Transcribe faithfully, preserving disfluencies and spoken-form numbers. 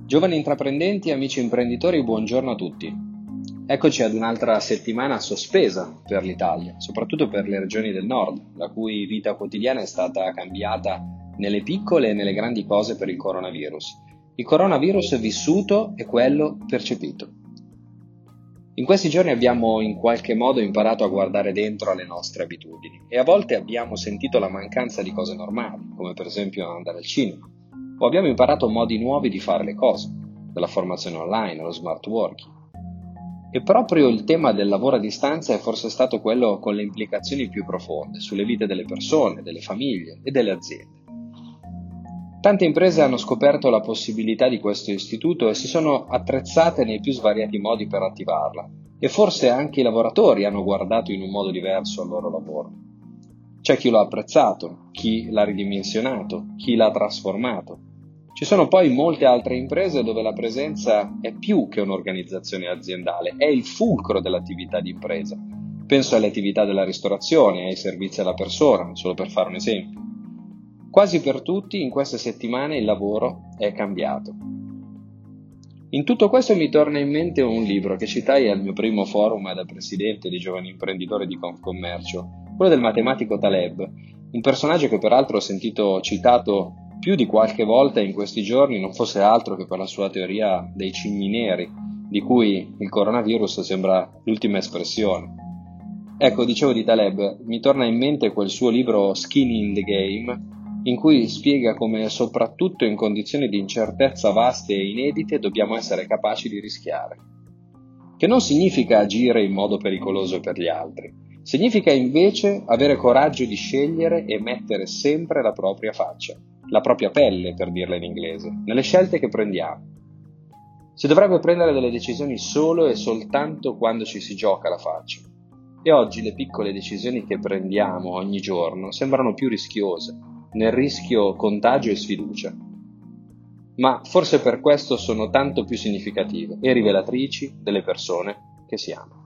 Giovani intraprendenti, amici imprenditori, buongiorno a tutti. Eccoci ad un'altra settimana sospesa per l'Italia, soprattutto per le regioni del nord, la cui vita quotidiana è stata cambiata nelle piccole e nelle grandi cose per il coronavirus. Il coronavirus vissuto e quello percepito. In questi giorni abbiamo in qualche modo imparato a guardare dentro alle nostre abitudini e a volte abbiamo sentito la mancanza di cose normali, come per esempio andare al cinema, o abbiamo imparato modi nuovi di fare le cose, dalla formazione online allo smart working. E proprio il tema del lavoro a distanza è forse stato quello con le implicazioni più profonde sulle vite delle persone, delle famiglie e delle aziende. Tante imprese hanno scoperto la possibilità di questo istituto e si sono attrezzate nei più svariati modi per attivarla, e forse anche i lavoratori hanno guardato in un modo diverso al loro lavoro. C'è chi lo ha apprezzato, chi l'ha ridimensionato, chi l'ha trasformato. Ci sono poi molte altre imprese dove la presenza è più che un'organizzazione aziendale, è il fulcro dell'attività di impresa. Penso alle attività della ristorazione, ai servizi alla persona, solo per fare un esempio. Quasi per tutti in queste settimane il lavoro è cambiato. In tutto questo mi torna in mente un libro che citai al mio primo forum da presidente di giovani imprenditori di Confcommercio, quello del matematico Taleb, un personaggio che peraltro ho sentito citato più di qualche volta in questi giorni, non fosse altro che per la sua teoria dei cigni neri, di cui il coronavirus sembra l'ultima espressione. Ecco, dicevo di Taleb, mi torna in mente quel suo libro Skin in the Game, in cui spiega come soprattutto in condizioni di incertezza vaste e inedite dobbiamo essere capaci di rischiare. Che non significa agire in modo pericoloso per gli altri, significa invece avere coraggio di scegliere e mettere sempre la propria faccia, la propria pelle per dirla in inglese, nelle scelte che prendiamo. Si dovrebbe prendere delle decisioni solo e soltanto quando ci si gioca la faccia. E oggi le piccole decisioni che prendiamo ogni giorno sembrano più rischiose, nel rischio contagio e sfiducia. Ma forse per questo sono tanto più significative e rivelatrici delle persone che siamo.